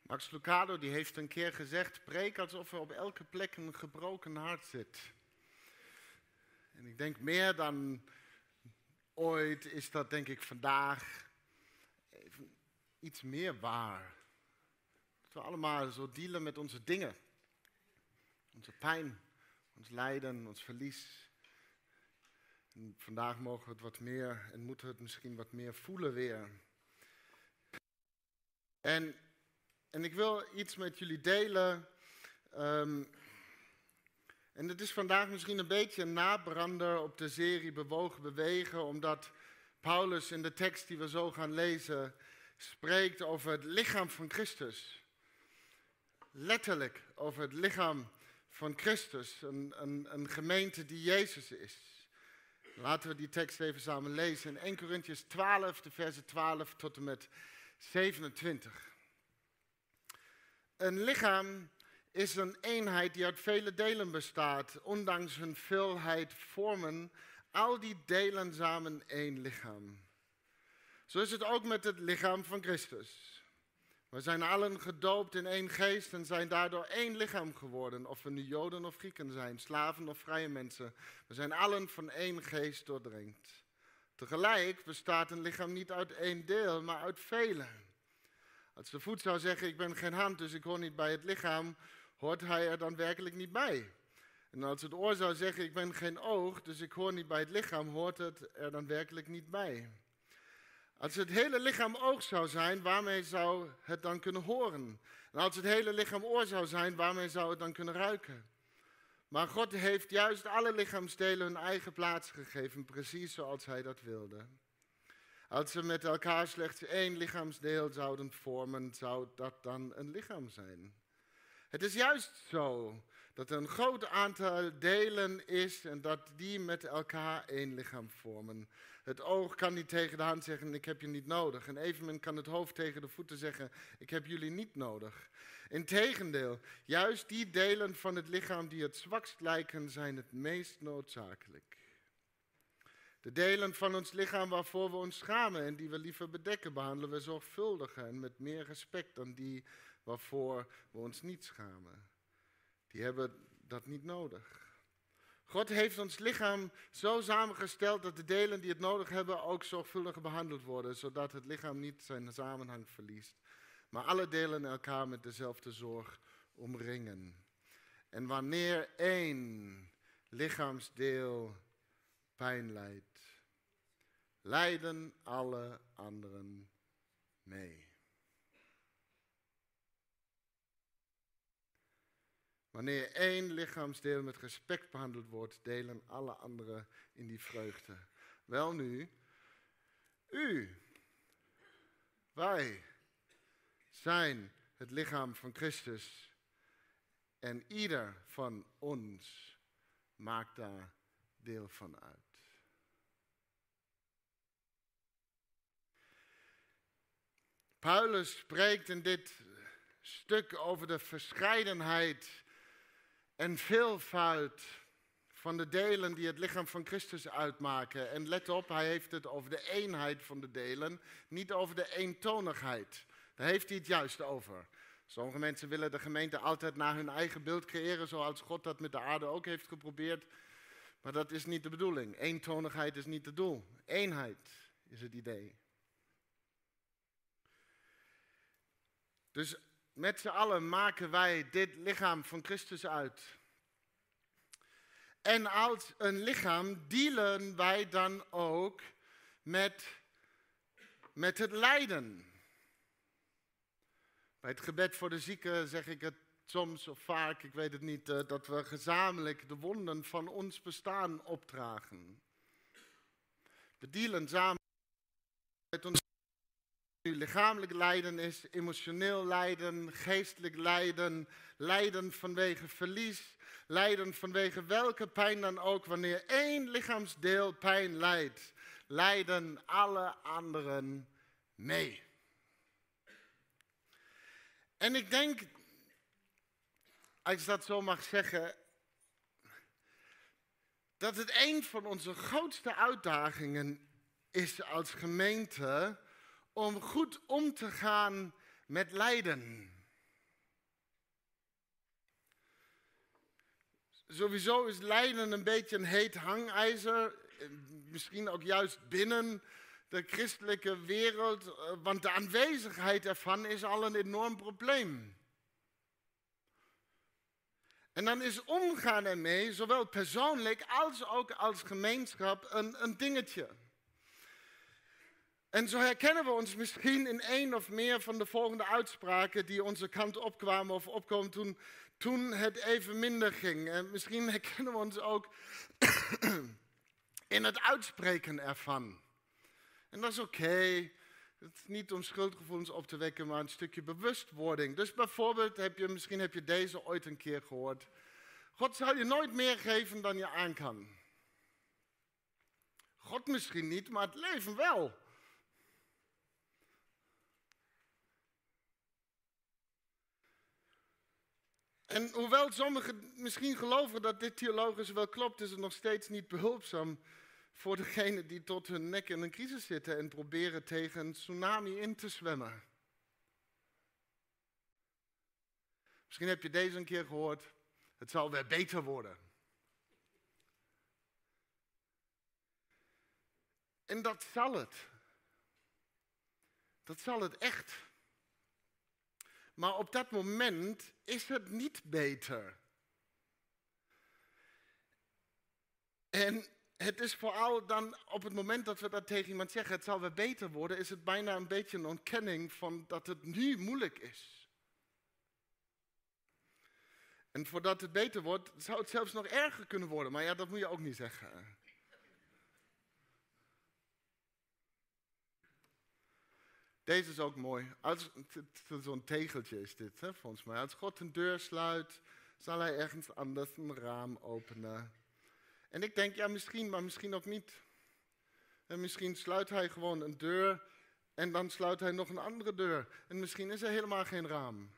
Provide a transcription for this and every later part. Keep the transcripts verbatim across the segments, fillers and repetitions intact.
Max Lucado die heeft een keer gezegd, preek alsof er op elke plek een gebroken hart zit. En ik denk meer dan ooit is dat denk ik vandaag even iets meer waar. Dat we allemaal zo dealen met onze dingen. Onze pijn, ons lijden, ons verlies. En vandaag mogen we het wat meer en moeten we het misschien wat meer voelen weer. En, en ik wil iets met jullie delen. Um, en het is vandaag misschien een beetje een nabrander op de serie Bewogen Bewegen, omdat Paulus in de tekst die we zo gaan lezen spreekt over het lichaam van Christus. Letterlijk over het lichaam van Christus, een, een, een gemeente die Jezus is. Laten we die tekst even samen lezen in Eerste Korintiërs twaalf, de versen twaalf tot en met zevenentwintig. Een lichaam is een eenheid die uit vele delen bestaat. Ondanks hun veelheid vormen al die delen samen één lichaam. Zo is het ook met het lichaam van Christus. We zijn allen gedoopt in één geest en zijn daardoor één lichaam geworden. Of we nu Joden of Grieken zijn, slaven of vrije mensen. We zijn allen van één geest doordrenkt. Tegelijk bestaat een lichaam niet uit één deel, maar uit vele. Als de voet zou zeggen, ik ben geen hand, dus ik hoor niet bij het lichaam, hoort hij er dan werkelijk niet bij. En als het oor zou zeggen, ik ben geen oog, dus ik hoor niet bij het lichaam, hoort het er dan werkelijk niet bij. Als het hele lichaam oog zou zijn, waarmee zou het dan kunnen horen? En als het hele lichaam oor zou zijn, waarmee zou het dan kunnen ruiken? Maar God heeft juist alle lichaamsdelen hun eigen plaats gegeven, precies zoals hij dat wilde. Als ze met elkaar slechts één lichaamsdeel zouden vormen, zou dat dan een lichaam zijn. Het is juist zo dat er een groot aantal delen is en dat die met elkaar één lichaam vormen. Het oog kan niet tegen de hand zeggen, ik heb je niet nodig. En evenmin kan het hoofd tegen de voeten zeggen, ik heb jullie niet nodig. Integendeel, juist die delen van het lichaam die het zwakst lijken, zijn het meest noodzakelijk. De delen van ons lichaam waarvoor we ons schamen en die we liever bedekken, behandelen we zorgvuldiger en met meer respect dan die waarvoor we ons niet schamen. Die hebben dat niet nodig. God heeft ons lichaam zo samengesteld dat de delen die het nodig hebben ook zorgvuldig behandeld worden, zodat het lichaam niet zijn samenhang verliest, maar alle delen elkaar met dezelfde zorg omringen. En wanneer één lichaamsdeel pijn lijdt, lijden alle anderen mee. Wanneer één lichaamsdeel met respect behandeld wordt, delen alle anderen in die vreugde. Welnu, u, wij zijn het lichaam van Christus en ieder van ons maakt daar deel van uit. Paulus spreekt in dit stuk over de verscheidenheid en veelvoud van de delen die het lichaam van Christus uitmaken. En let op, hij heeft het over de eenheid van de delen, niet over de eentonigheid. Daar heeft hij het juist over. Sommige mensen willen de gemeente altijd naar hun eigen beeld creëren, zoals God dat met de aarde ook heeft geprobeerd. Maar dat is niet de bedoeling. Eentonigheid is niet het doel. Eenheid is het idee. Dus met z'n allen maken wij dit lichaam van Christus uit. En als een lichaam dealen wij dan ook met, met het lijden. Bij het gebed voor de zieken zeg ik het soms of vaak, ik weet het niet, dat we gezamenlijk de wonden van ons bestaan opdragen. We dealen samen met ons. Nu lichamelijk lijden is, emotioneel lijden, geestelijk lijden, lijden vanwege verlies, lijden vanwege welke pijn dan ook. Wanneer één lichaamsdeel pijn lijdt, lijden alle anderen mee. En ik denk, als ik dat zo mag zeggen, dat het een van onze grootste uitdagingen is als gemeente om goed om te gaan met lijden. Sowieso is lijden een beetje een heet hangijzer. Misschien ook juist binnen de christelijke wereld. Want de aanwezigheid ervan is al een enorm probleem. En dan is omgaan ermee, zowel persoonlijk als ook als gemeenschap, een, een dingetje. En zo herkennen we ons misschien in één of meer van de volgende uitspraken die onze kant opkwamen of opkomen toen, toen het even minder ging. En misschien herkennen we ons ook in het uitspreken ervan. En dat is oké. Okay. Het is niet om schuldgevoelens op te wekken, maar een stukje bewustwording. Dus bijvoorbeeld, heb je, misschien heb je deze ooit een keer gehoord. God zal je nooit meer geven dan je aan kan. God misschien niet, maar het leven wel. En hoewel sommigen misschien geloven dat dit theologisch wel klopt, is het nog steeds niet behulpzaam voor degenen die tot hun nek in een crisis zitten en proberen tegen een tsunami in te zwemmen. Misschien heb je deze een keer gehoord, het zal weer beter worden. En dat zal het. Dat zal het echt. Maar op dat moment is het niet beter. En het is vooral dan op het moment dat we dat tegen iemand zeggen, het zal weer beter worden, is het bijna een beetje een ontkenning van dat het nu moeilijk is. En voordat het beter wordt, zou het zelfs nog erger kunnen worden. Maar ja, dat moet je ook niet zeggen. Deze is ook mooi. Als, zo'n tegeltje is dit, hè, volgens mij. Als God een deur sluit, zal hij ergens anders een raam openen. En ik denk, ja misschien, maar misschien ook niet. En misschien sluit hij gewoon een deur en dan sluit hij nog een andere deur. En misschien is er helemaal geen raam.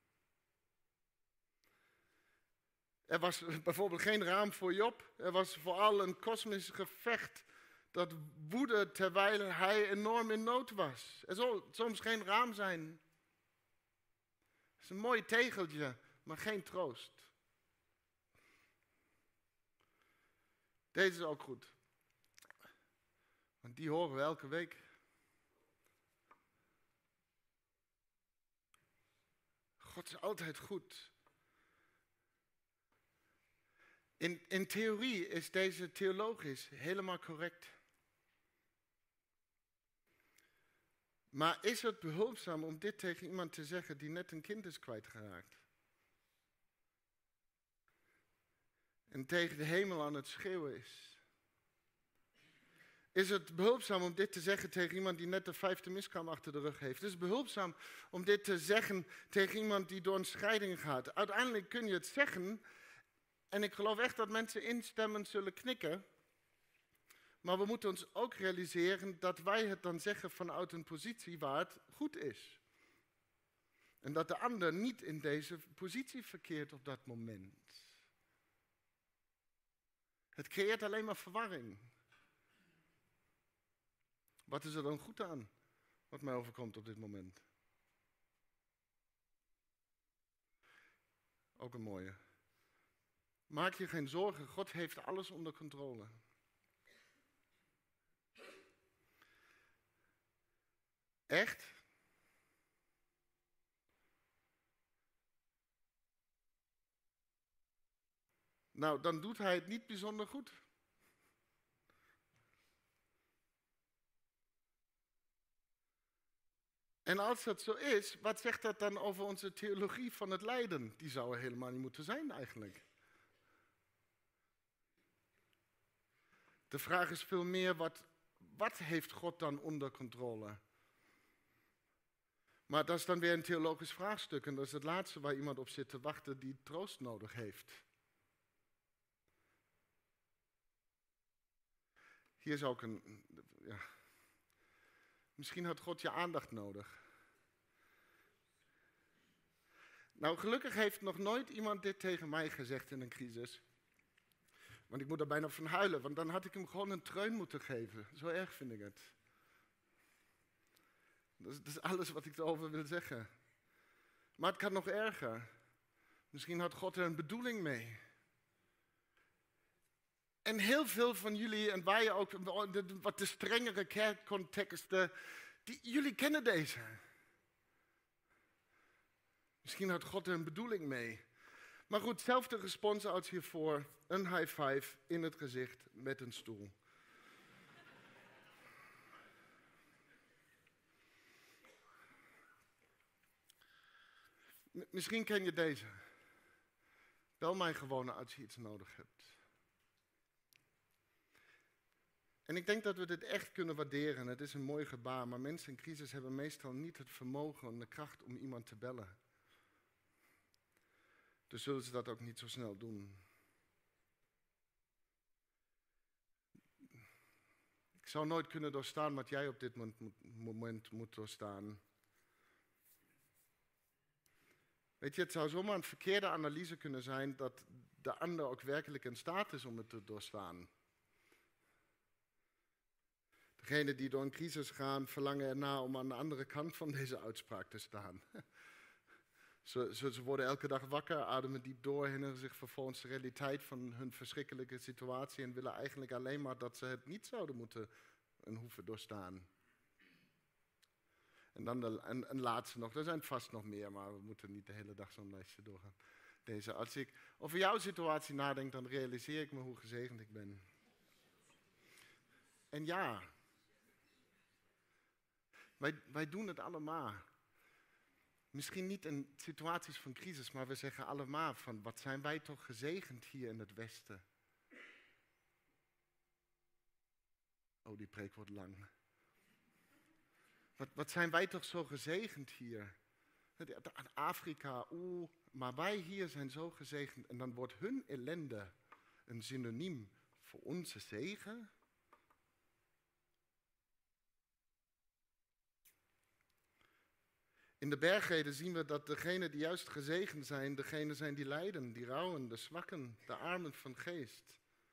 Er was bijvoorbeeld geen raam voor Job. Er was vooral een kosmisch gevecht dat woedde terwijl hij enorm in nood was. Er zal soms geen raam zijn. Het is een mooi tegeltje, maar geen troost. Deze is ook goed. Want die horen we elke week. God is altijd goed. In, in theorie is deze theologisch helemaal correct. Maar is het behulpzaam om dit tegen iemand te zeggen die net een kind is kwijtgeraakt? En tegen de hemel aan het schreeuwen is? Is het behulpzaam om dit te zeggen tegen iemand die net de vijfde miskraam achter de rug heeft? Is het behulpzaam om dit te zeggen tegen iemand die door een scheiding gaat? Uiteindelijk kun je het zeggen, en ik geloof echt dat mensen instemmend zullen knikken. Maar we moeten ons ook realiseren dat wij het dan zeggen vanuit een positie waar het goed is. En dat de ander niet in deze positie verkeert op dat moment. Het creëert alleen maar verwarring. Wat is er dan goed aan, wat mij overkomt op dit moment? Ook een mooie. Maak je geen zorgen, God heeft alles onder controle. Echt? Nou, dan doet hij het niet bijzonder goed. En als dat zo is, wat zegt dat dan over onze theologie van het lijden? Die zou er helemaal niet moeten zijn eigenlijk. De vraag is veel meer, wat, wat heeft God dan onder controle? Maar dat is dan weer een theologisch vraagstuk en dat is het laatste waar iemand op zit te wachten die troost nodig heeft. Hier is ook een, ja, misschien had God je aandacht nodig. Nou, gelukkig heeft nog nooit iemand dit tegen mij gezegd in een crisis. Want ik moet er bijna van huilen, want dan had ik hem gewoon een treun moeten geven. Zo erg vind ik het. Dat is, dat is alles wat ik erover wil zeggen. Maar het kan nog erger. Misschien had God er een bedoeling mee. en heel veel van jullie, en wij ook, wat de strengere kerkcontexten, die, jullie kennen deze. Misschien had God er een bedoeling mee. Maar goed, zelfde respons als hiervoor. Een high five in het gezicht met een stoel. M- misschien ken je deze. Bel mij gewoon als je iets nodig hebt. En ik denk dat we dit echt kunnen waarderen. Het is een mooi gebaar, maar mensen in crisis hebben meestal niet het vermogen en de kracht om iemand te bellen. Dus zullen ze dat ook niet zo snel doen. Ik zou nooit kunnen doorstaan wat jij op dit moment moet doorstaan. Weet je, het zou zomaar een verkeerde analyse kunnen zijn dat de ander ook werkelijk in staat is om het te doorstaan. Degenen die door een crisis gaan, verlangen erna om aan de andere kant van deze uitspraak te staan. Ze, ze, ze worden elke dag wakker, ademen diep door, herinneren zich vervolgens de realiteit van hun verschrikkelijke situatie en willen eigenlijk alleen maar dat ze het niet zouden moeten en hoeven doorstaan. En dan de, een, een laatste nog, er zijn vast nog meer, maar we moeten niet de hele dag zo'n lijstje doorgaan. Deze, als ik over jouw situatie nadenk, dan realiseer ik me hoe gezegend ik ben. En ja, wij, wij doen het allemaal. Misschien niet in situaties van crisis, maar we zeggen allemaal van, wat zijn wij toch gezegend hier in het Westen. Oh, die preek wordt lang. Wat, wat zijn wij toch zo gezegend hier. Afrika, oeh, maar wij hier zijn zo gezegend. En dan wordt hun ellende een synoniem voor onze zegen. In de bergreden zien we dat degenen die juist gezegend zijn, degenen zijn die lijden, die rouwen, de zwakken, de armen van geest.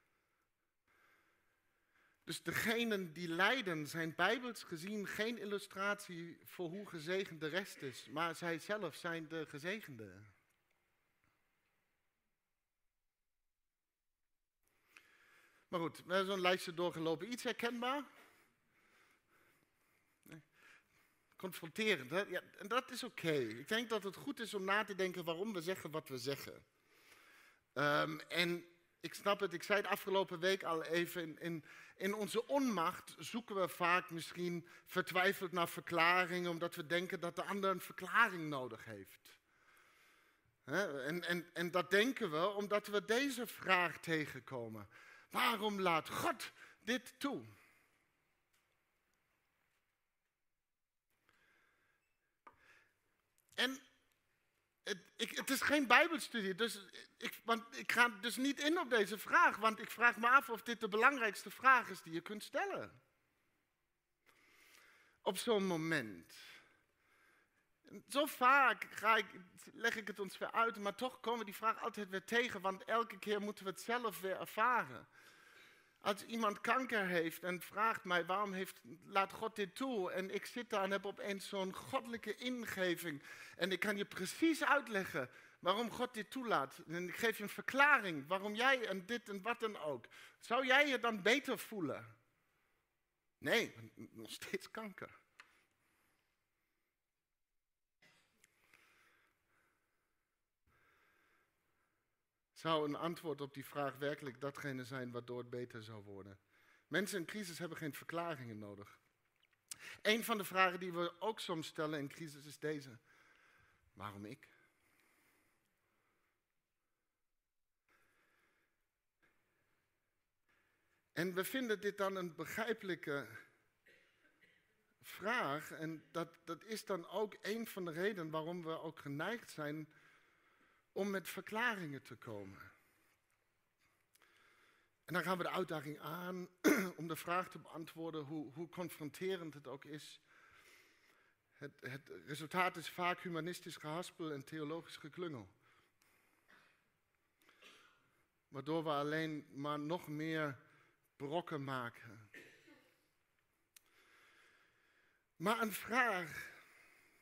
Dus degenen die lijden zijn bijbels gezien geen illustratie voor hoe gezegend de rest is, maar zij zelf zijn de gezegenden. Maar goed, we hebben zo'n lijstje doorgelopen. Iets herkenbaar? Nee. Confronterend, hè? Ja, en dat is oké. Okay. Ik denk dat het goed is om na te denken waarom we zeggen wat we zeggen. Um, en ik snap het, ik zei het afgelopen week al even, in, in, in onze onmacht zoeken we vaak misschien vertwijfeld naar verklaringen, omdat we denken dat de ander een verklaring nodig heeft. He? En, en, en dat denken we omdat we deze vraag tegenkomen. Waarom laat God dit toe? En het, ik, het is geen bijbelstudie, dus ik, want ik ga dus niet in op deze vraag, want ik vraag me af of dit de belangrijkste vraag is die je kunt stellen. Op zo'n moment. En zo vaak ga ik, leg ik het ons weer uit, maar toch komen we die vraag altijd weer tegen, want elke keer moeten we het zelf weer ervaren. Als iemand kanker heeft en vraagt mij, waarom heeft, laat God dit toe? En ik zit daar en heb opeens zo'n goddelijke ingeving. En ik kan je precies uitleggen waarom God dit toelaat. En ik geef je een verklaring waarom jij en dit en wat dan ook. Zou jij je dan beter voelen? Nee, nog steeds kanker. Zou een antwoord op die vraag werkelijk datgene zijn waardoor het beter zou worden? Mensen in crisis hebben geen verklaringen nodig. Een van de vragen die we ook soms stellen in crisis is deze. Waarom ik? En we vinden dit dan een begrijpelijke vraag. En dat, dat is dan ook een van de redenen waarom we ook geneigd zijn om met verklaringen te komen. En dan gaan we de uitdaging aan om de vraag te beantwoorden hoe, hoe confronterend het ook is. Het, het resultaat is vaak humanistisch gehaspel en theologisch geklungel. Waardoor we alleen maar nog meer brokken maken. Maar een vraag,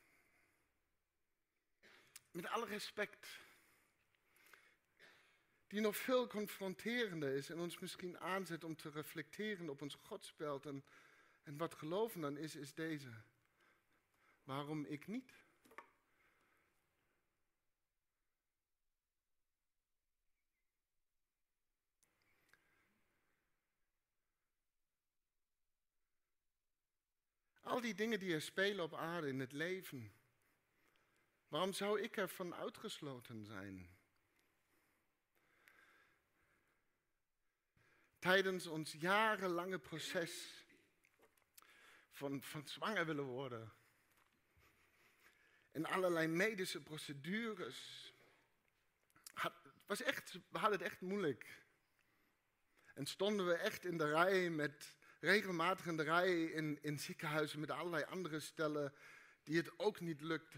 met alle respect, die nog veel confronterender is en ons misschien aanzet om te reflecteren op ons godsbeeld. En, en wat geloven dan is, is deze. Waarom ik niet? Al die dingen die er spelen op aarde in het leven. Waarom zou ik ervan uitgesloten zijn? Tijdens ons jarenlange proces van, van zwanger willen worden. En allerlei medische procedures. Had, het was echt, we hadden het echt moeilijk. En stonden we echt in de rij met... regelmatig in de rij in, in ziekenhuizen met allerlei andere stellen die het ook niet lukte.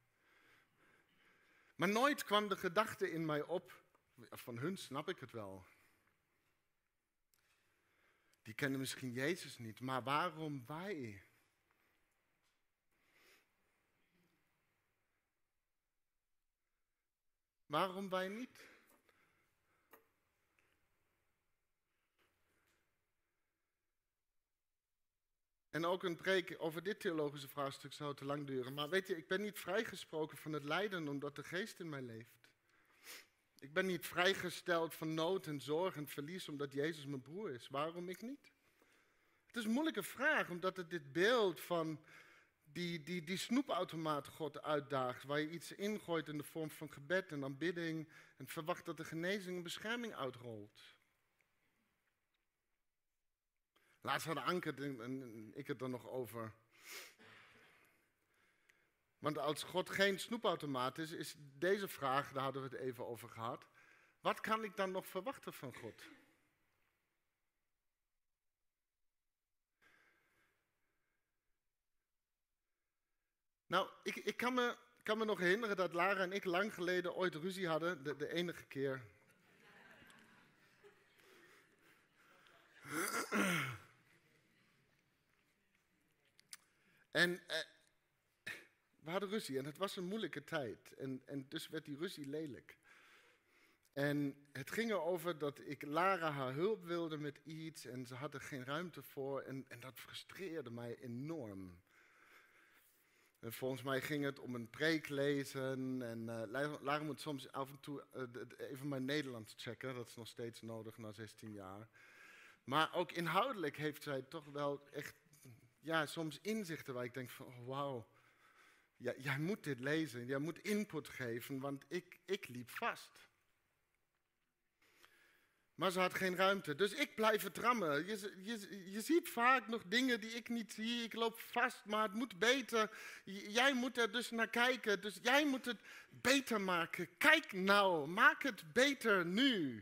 Maar nooit kwam de gedachte in mij op, van hun snap ik het wel. Die kennen misschien Jezus niet, maar waarom wij? Waarom wij niet? En ook een preek over dit theologische vraagstuk zou te lang duren. Maar weet je, ik ben niet vrijgesproken van het lijden omdat de geest in mij leeft. Ik ben niet vrijgesteld van nood en zorg en verlies omdat Jezus mijn broer is. Waarom ik niet? Het is een moeilijke vraag, omdat het dit beeld van die, die, die snoepautomaat God uitdaagt. Waar je iets ingooit in de vorm van gebed en aanbidding en verwacht dat de genezing en bescherming uitrolt. Laatst hadden Anke en ik het er nog over. Want als God geen snoepautomaat is, is deze vraag, daar hadden we het even over gehad. Wat kan ik dan nog verwachten van God? Nou, ik, ik kan, me, kan me nog herinneren dat Lara en ik lang geleden ooit ruzie hadden, de, de enige keer. En eh, we hadden ruzie en het was een moeilijke tijd. En, en dus werd die ruzie lelijk. En het ging erover dat ik Lara haar hulp wilde met iets en ze had er geen ruimte voor. En, en dat frustreerde mij enorm. En volgens mij ging het om een preek lezen. En uh, Lara moet soms af en toe uh, even mijn Nederlands checken. Dat is nog steeds nodig na zestien jaar. Maar ook inhoudelijk heeft zij toch wel echt... Ja, soms inzichten waar ik denk van, oh, wauw, ja, jij moet dit lezen, jij moet input geven, want ik, ik liep vast. Maar ze had geen ruimte, dus ik blijf het rammen. Je, je, je ziet vaak nog dingen die ik niet zie, ik loop vast, maar het moet beter. J- jij moet er dus naar kijken, dus jij moet het beter maken. Kijk nou, maak het beter nu.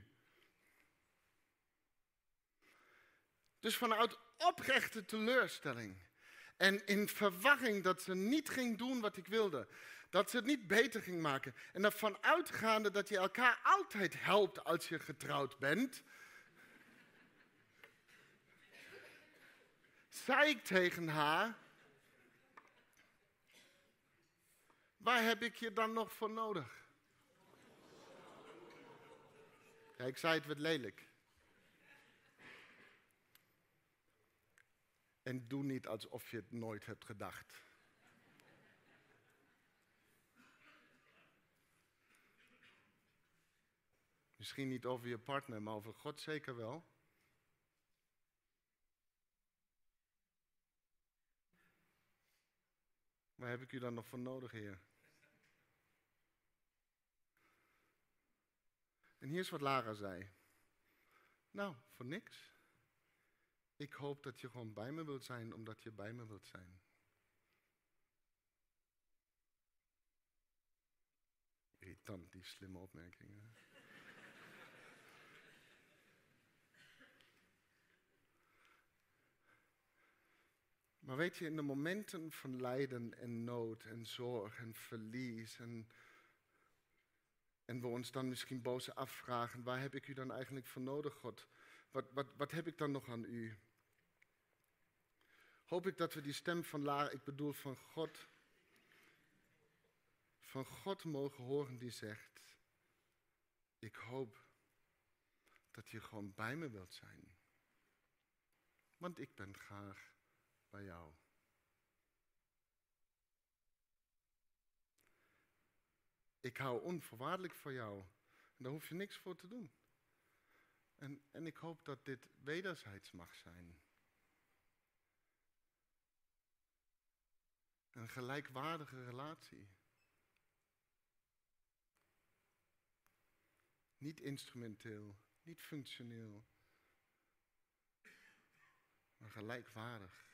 Dus vanuit oprechte teleurstelling en in verwachting dat ze niet ging doen wat ik wilde. Dat ze het niet beter ging maken. En ervan uitgaande dat je elkaar altijd helpt als je getrouwd bent. Zei ik tegen haar, waar heb ik je dan nog voor nodig? Ja, ik zei het werd lelijk. En doe niet alsof je het nooit hebt gedacht. Misschien niet over je partner, maar over God zeker wel. Waar heb ik u dan nog voor nodig, Heer? En hier is wat Lara zei. Nou, voor niks. Ik hoop dat je gewoon bij me wilt zijn, omdat je bij me wilt zijn. Irritant, die slimme opmerkingen. Maar weet je, in de momenten van lijden en nood en zorg en verlies en, en we ons dan misschien boos afvragen, waar heb ik u dan eigenlijk voor nodig, God? Wat, wat, wat heb ik dan nog aan u? Hoop ik dat we die stem van Lara, ik bedoel van God, van God mogen horen die zegt, ik hoop dat je gewoon bij me wilt zijn. Want ik ben graag bij jou. Ik hou onvoorwaardelijk van jou. En daar hoef je niks voor te doen. En, en ik hoop dat dit wederzijds mag zijn. Een gelijkwaardige relatie. Niet instrumenteel, niet functioneel, maar gelijkwaardig.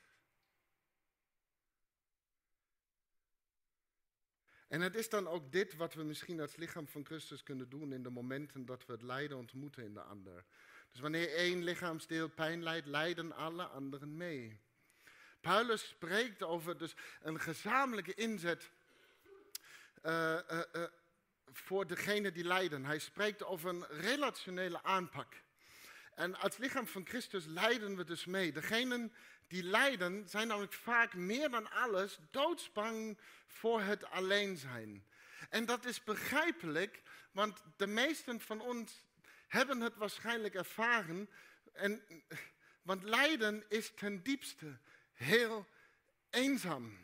En het is dan ook dit wat we misschien als lichaam van Christus kunnen doen in de momenten dat we het lijden ontmoeten in de ander. Dus wanneer één lichaamsdeel pijn lijdt, lijden alle anderen mee. Paulus spreekt over dus een gezamenlijke inzet uh, uh, uh, voor degenen die lijden. Hij spreekt over een relationele aanpak. En als lichaam van Christus lijden we dus mee. Degenen die lijden zijn namelijk vaak meer dan alles doodsbang voor het alleen zijn. En dat is begrijpelijk, want de meesten van ons hebben het waarschijnlijk ervaren. En, want lijden is ten diepste heel eenzaam.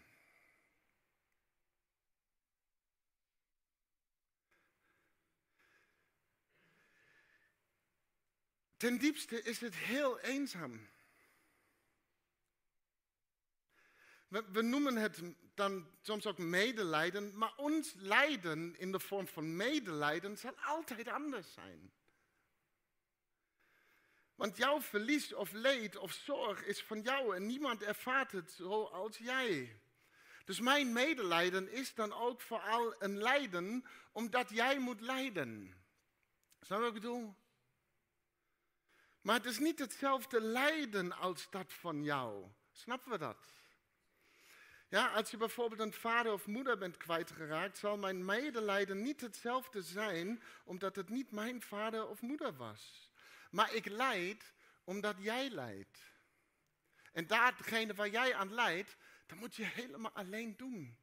Ten diepste is het heel eenzaam. We, we noemen het dan soms ook medelijden, maar ons lijden in de vorm van medelijden zal altijd anders zijn. Want jouw verlies of leed of zorg is van jou en niemand ervaart het zoals jij. Dus mijn medelijden is dan ook vooral een lijden omdat jij moet lijden. Snap je wat ik bedoel? Maar het is niet hetzelfde lijden als dat van jou. Snappen we dat? Ja, als je bijvoorbeeld een vader of moeder bent kwijtgeraakt, zal mijn medelijden niet hetzelfde zijn, omdat het niet mijn vader of moeder was. Maar ik lijd omdat jij lijdt. En datgene waar jij aan lijdt, dat moet je helemaal alleen doen.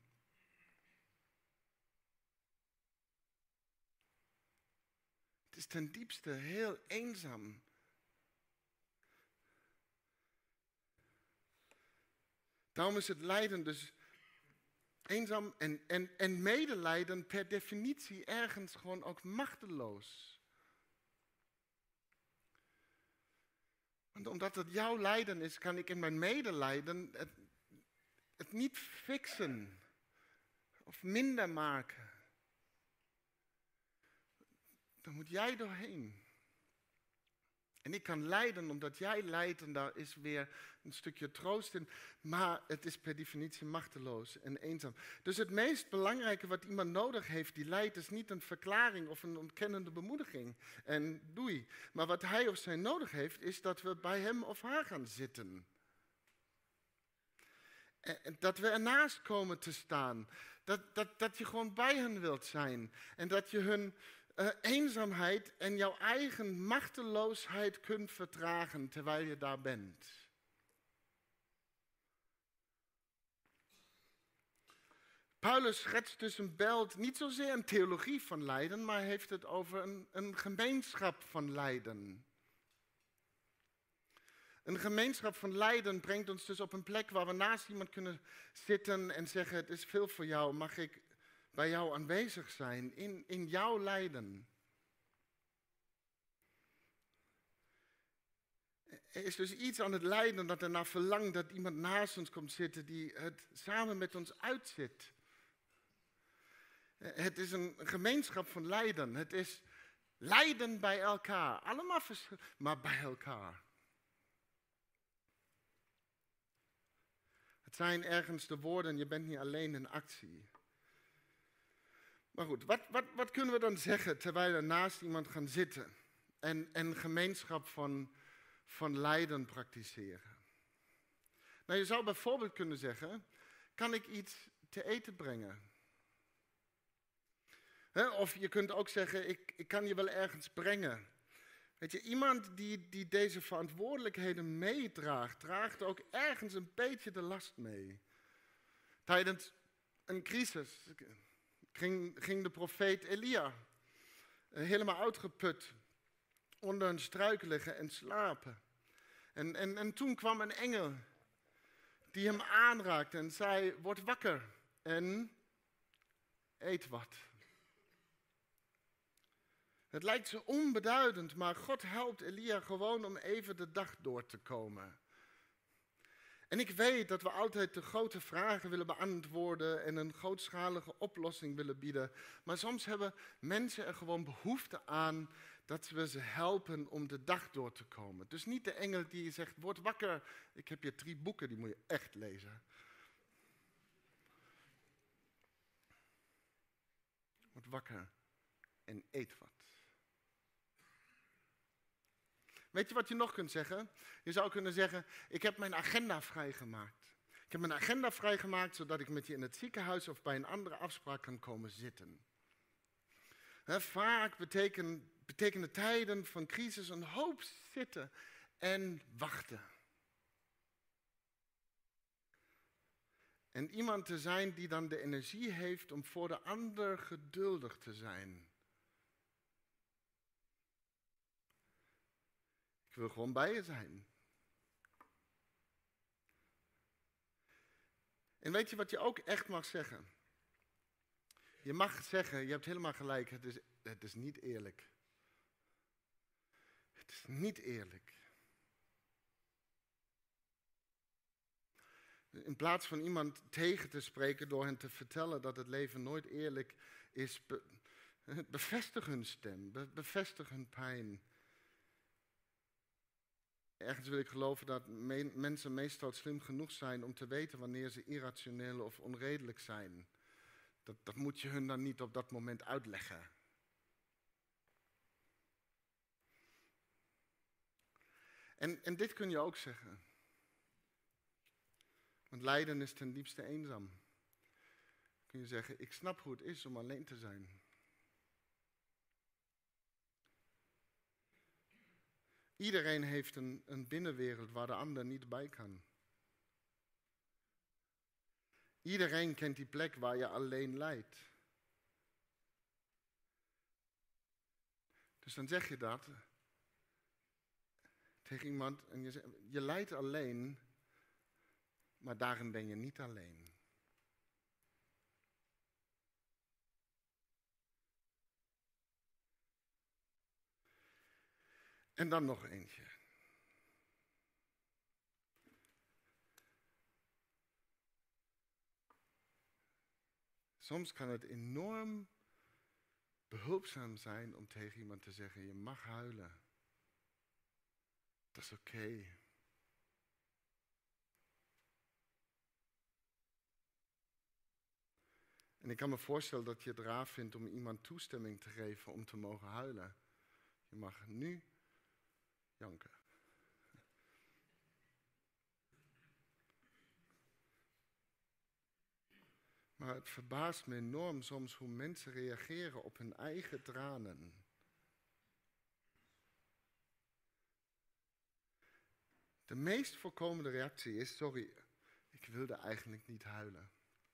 Het is ten diepste heel eenzaam. Daarom is het lijden dus eenzaam en, en, en medelijden per definitie ergens gewoon ook machteloos. Want omdat het jouw lijden is, kan ik in mijn medelijden het, het niet fixen of minder maken. Dan moet jij doorheen. En ik kan lijden omdat jij lijdt en daar is weer een stukje troost in. Maar het is per definitie machteloos en eenzaam. Dus het meest belangrijke wat iemand nodig heeft die lijdt is niet een verklaring of een ontkennende bemoediging. En doei. Maar wat hij of zij nodig heeft is dat we bij hem of haar gaan zitten. En dat we ernaast komen te staan. Dat, dat, dat je gewoon bij hen wilt zijn. En dat je hun Uh, eenzaamheid en jouw eigen machteloosheid kunt vertragen terwijl je daar bent. Paulus schetst dus een beeld, niet zozeer een theologie van lijden, maar heeft het over een, een gemeenschap van lijden. Een gemeenschap van lijden brengt ons dus op een plek waar we naast iemand kunnen zitten en zeggen, het is veel voor jou, mag ik bij jou aanwezig zijn, in, in jouw lijden. Er is dus iets aan het lijden dat ernaar verlangt dat iemand naast ons komt zitten die het samen met ons uitzit. Het is een gemeenschap van lijden. Het is lijden bij elkaar. Allemaal verschillend, maar bij elkaar. Het zijn ergens de woorden, je bent niet alleen in actie. Maar goed, wat, wat, wat kunnen we dan zeggen terwijl we naast iemand gaan zitten en, en gemeenschap van, van lijden praktiseren? Nou, je zou bijvoorbeeld kunnen zeggen, kan ik iets te eten brengen? He, of je kunt ook zeggen, ik, ik kan je wel ergens brengen. Weet je, iemand die, die deze verantwoordelijkheden meedraagt, draagt ook ergens een beetje de last mee. Tijdens een crisis ging, ging de profeet Elia uh, helemaal uitgeput onder een struik liggen en slapen. En, en, en toen kwam een engel die hem aanraakte en zei, word wakker en eet wat. Het lijkt zo onbeduidend, maar God helpt Elia gewoon om even de dag door te komen. En ik weet dat we altijd de grote vragen willen beantwoorden en een grootschalige oplossing willen bieden. Maar soms hebben mensen er gewoon behoefte aan dat we ze helpen om de dag door te komen. Dus niet de engel die zegt, word wakker, ik heb hier drie boeken, die moet je echt lezen. Word wakker en eet wat. Weet je wat je nog kunt zeggen? Je zou kunnen zeggen, ik heb mijn agenda vrijgemaakt. Ik heb mijn agenda vrijgemaakt, zodat ik met je in het ziekenhuis of bij een andere afspraak kan komen zitten. He, vaak betekenen, betekenen tijden van crisis een hoop zitten en wachten. En iemand te zijn die dan de energie heeft om voor de ander geduldig te zijn. Ik wil gewoon bij je zijn. En weet je wat je ook echt mag zeggen? Je mag zeggen, je hebt helemaal gelijk, het is, het is niet eerlijk. Het is niet eerlijk. In plaats van iemand tegen te spreken door hen te vertellen dat het leven nooit eerlijk is, be, bevestig hun stem, be, bevestig hun pijn. Ergens wil ik geloven dat me, mensen meestal slim genoeg zijn om te weten wanneer ze irrationeel of onredelijk zijn. Dat, dat moet je hun dan niet op dat moment uitleggen. En, en dit kun je ook zeggen. Want lijden is ten diepste eenzaam. Kun je zeggen, ik snap hoe het is om alleen te zijn. Iedereen heeft een, een binnenwereld waar de ander niet bij kan. Iedereen kent die plek waar je alleen lijdt. Dus dan zeg je dat tegen iemand en je zegt, je lijdt alleen, maar daarin ben je niet alleen. En dan nog eentje. Soms kan het enorm behulpzaam zijn om tegen iemand te zeggen, je mag huilen. Dat is oké. Okay. En ik kan me voorstellen dat je het raar vindt om iemand toestemming te geven om te mogen huilen. Je mag nu janken. Maar het verbaast me enorm soms hoe mensen reageren op hun eigen tranen. De meest voorkomende reactie is, sorry, ik wilde eigenlijk niet huilen.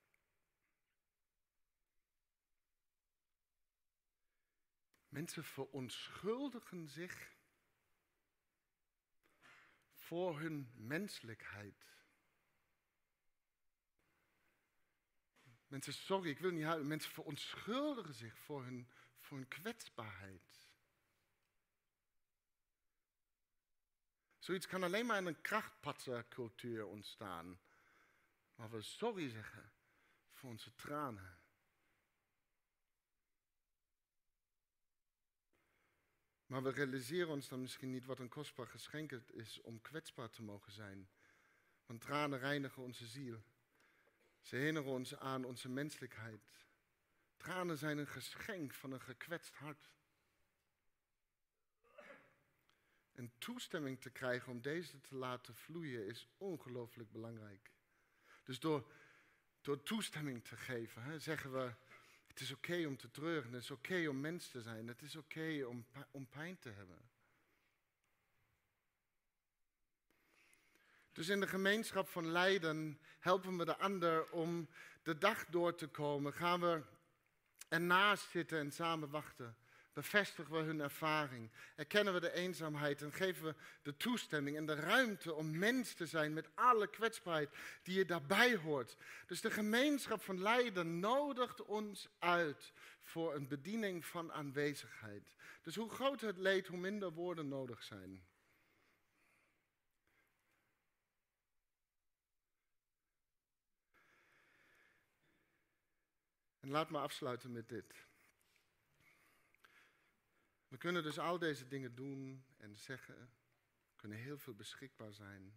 Mensen verontschuldigen zich voor hun menselijkheid. Mensen, sorry, ik wil niet huilen. Mensen verontschuldigen zich voor hun, voor hun kwetsbaarheid. Zoiets kan alleen maar in een krachtpatsercultuur ontstaan. Waar we sorry zeggen voor onze tranen. Maar we realiseren ons dan misschien niet wat een kostbaar geschenk het is om kwetsbaar te mogen zijn. Want tranen reinigen onze ziel. Ze herinneren ons aan onze menselijkheid. Tranen zijn een geschenk van een gekwetst hart. En toestemming te krijgen om deze te laten vloeien is ongelooflijk belangrijk. Dus door, door toestemming te geven, hè, zeggen we, het is oké okay om te treuren, het is oké okay om mens te zijn, het is oké okay om, om pijn te hebben. Dus in de gemeenschap van lijden helpen we de ander om de dag door te komen. Gaan we ernaast zitten en samen wachten. We Bevestigen we hun ervaring. Erkennen we de eenzaamheid en geven we de toestemming en de ruimte om mens te zijn met alle kwetsbaarheid die je daarbij hoort. Dus de gemeenschap van lijden nodigt ons uit voor een bediening van aanwezigheid. Dus hoe groter het leed, hoe minder woorden nodig zijn. En laat me afsluiten met dit. We kunnen dus al deze dingen doen en zeggen, kunnen heel veel beschikbaar zijn.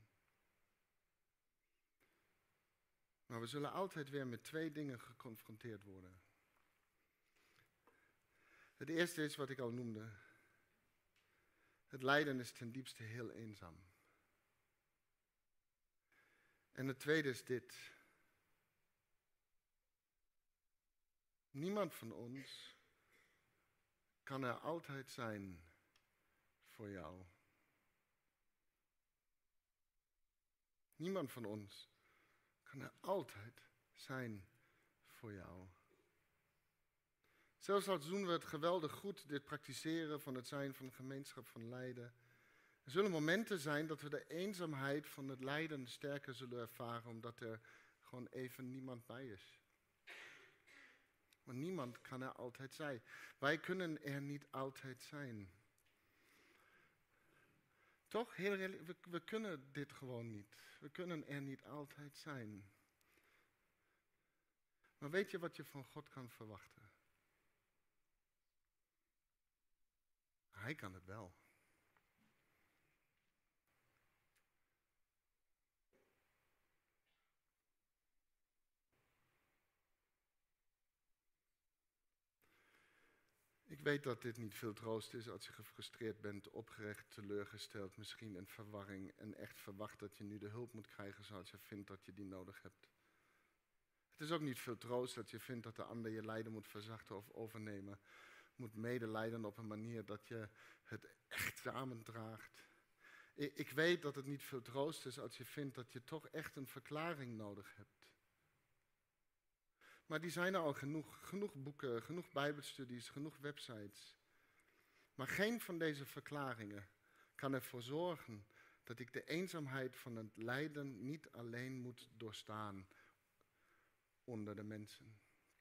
Maar we zullen altijd weer met twee dingen geconfronteerd worden. Het eerste is wat ik al noemde. Het lijden is ten diepste heel eenzaam. En het tweede is dit. Niemand van ons kan er altijd zijn voor jou. Niemand van ons kan er altijd zijn voor jou. Zelfs als doen we het geweldig goed, dit praktiseren van het zijn van een gemeenschap van lijden. Er zullen momenten zijn dat we de eenzaamheid van het lijden sterker zullen ervaren, omdat er gewoon even niemand bij is. Want niemand kan er altijd zijn. Wij kunnen er niet altijd zijn. Toch, heel eerlijk, we, we kunnen dit gewoon niet. We kunnen er niet altijd zijn. Maar weet je wat je van God kan verwachten? Hij kan het wel. Ik weet dat dit niet veel troost is als je gefrustreerd bent, opgerekt, teleurgesteld, misschien in verwarring en echt verwacht dat je nu de hulp moet krijgen zoals je vindt dat je die nodig hebt. Het is ook niet veel troost dat je vindt dat de ander je lijden moet verzachten of overnemen, moet medelijden op een manier dat je het echt samendraagt. Ik, ik weet dat het niet veel troost is als je vindt dat je toch echt een verklaring nodig hebt. Maar die zijn er al genoeg. Genoeg boeken, genoeg bijbelstudies, genoeg websites. Maar geen van deze verklaringen kan ervoor zorgen dat ik de eenzaamheid van het lijden niet alleen moet doorstaan onder de mensen.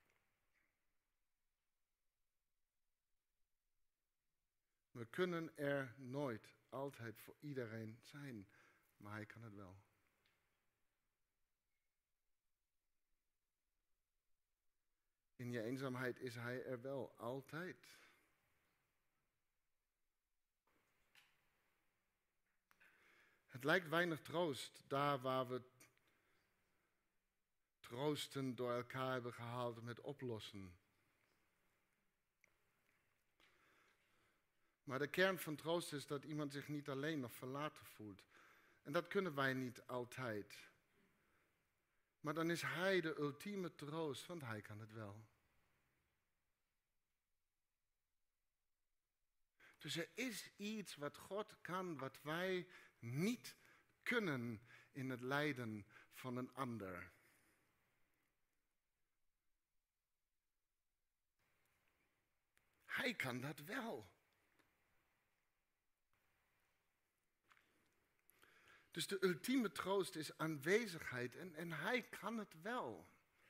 We kunnen er nooit altijd voor iedereen zijn, maar hij kan het wel. In je eenzaamheid is hij er wel, altijd. Het lijkt weinig troost, daar waar we troosten door elkaar hebben gehaald met oplossen. Maar de kern van troost is dat iemand zich niet alleen of verlaten voelt. En dat kunnen wij niet altijd. Maar dan is hij de ultieme troost, want hij kan het wel. Dus er is iets wat God kan, wat wij niet kunnen in het lijden van een ander. Hij kan dat wel. Dus de ultieme troost is aanwezigheid en, en hij kan het wel.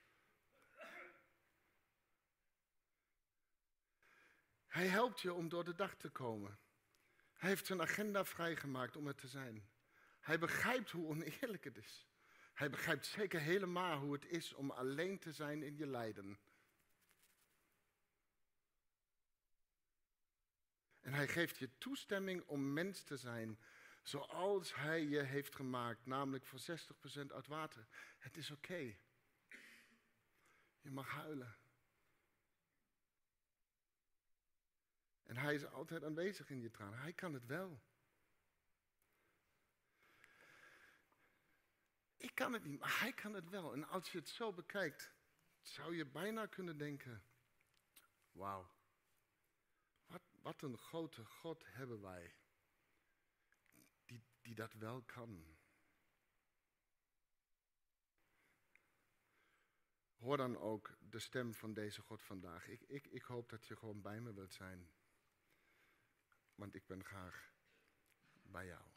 Hij helpt je om door de dag te komen. Hij heeft zijn agenda vrijgemaakt om er te zijn. Hij begrijpt hoe oneerlijk het is. Hij begrijpt zeker helemaal hoe het is om alleen te zijn in je lijden. En hij geeft je toestemming om mens te zijn zoals hij je heeft gemaakt, namelijk voor zestig procent uit water. Het is oké. Okay. Je mag huilen. En hij is altijd aanwezig in je tranen. Hij kan het wel. Ik kan het niet, maar hij kan het wel. En als je het zo bekijkt, zou je bijna kunnen denken, wauw, wat, wat een grote God hebben wij, die, die dat wel kan. Hoor dan ook de stem van deze God vandaag. Ik, ik, ik hoop dat je gewoon bij me wilt zijn. want ik ben graag bij jou.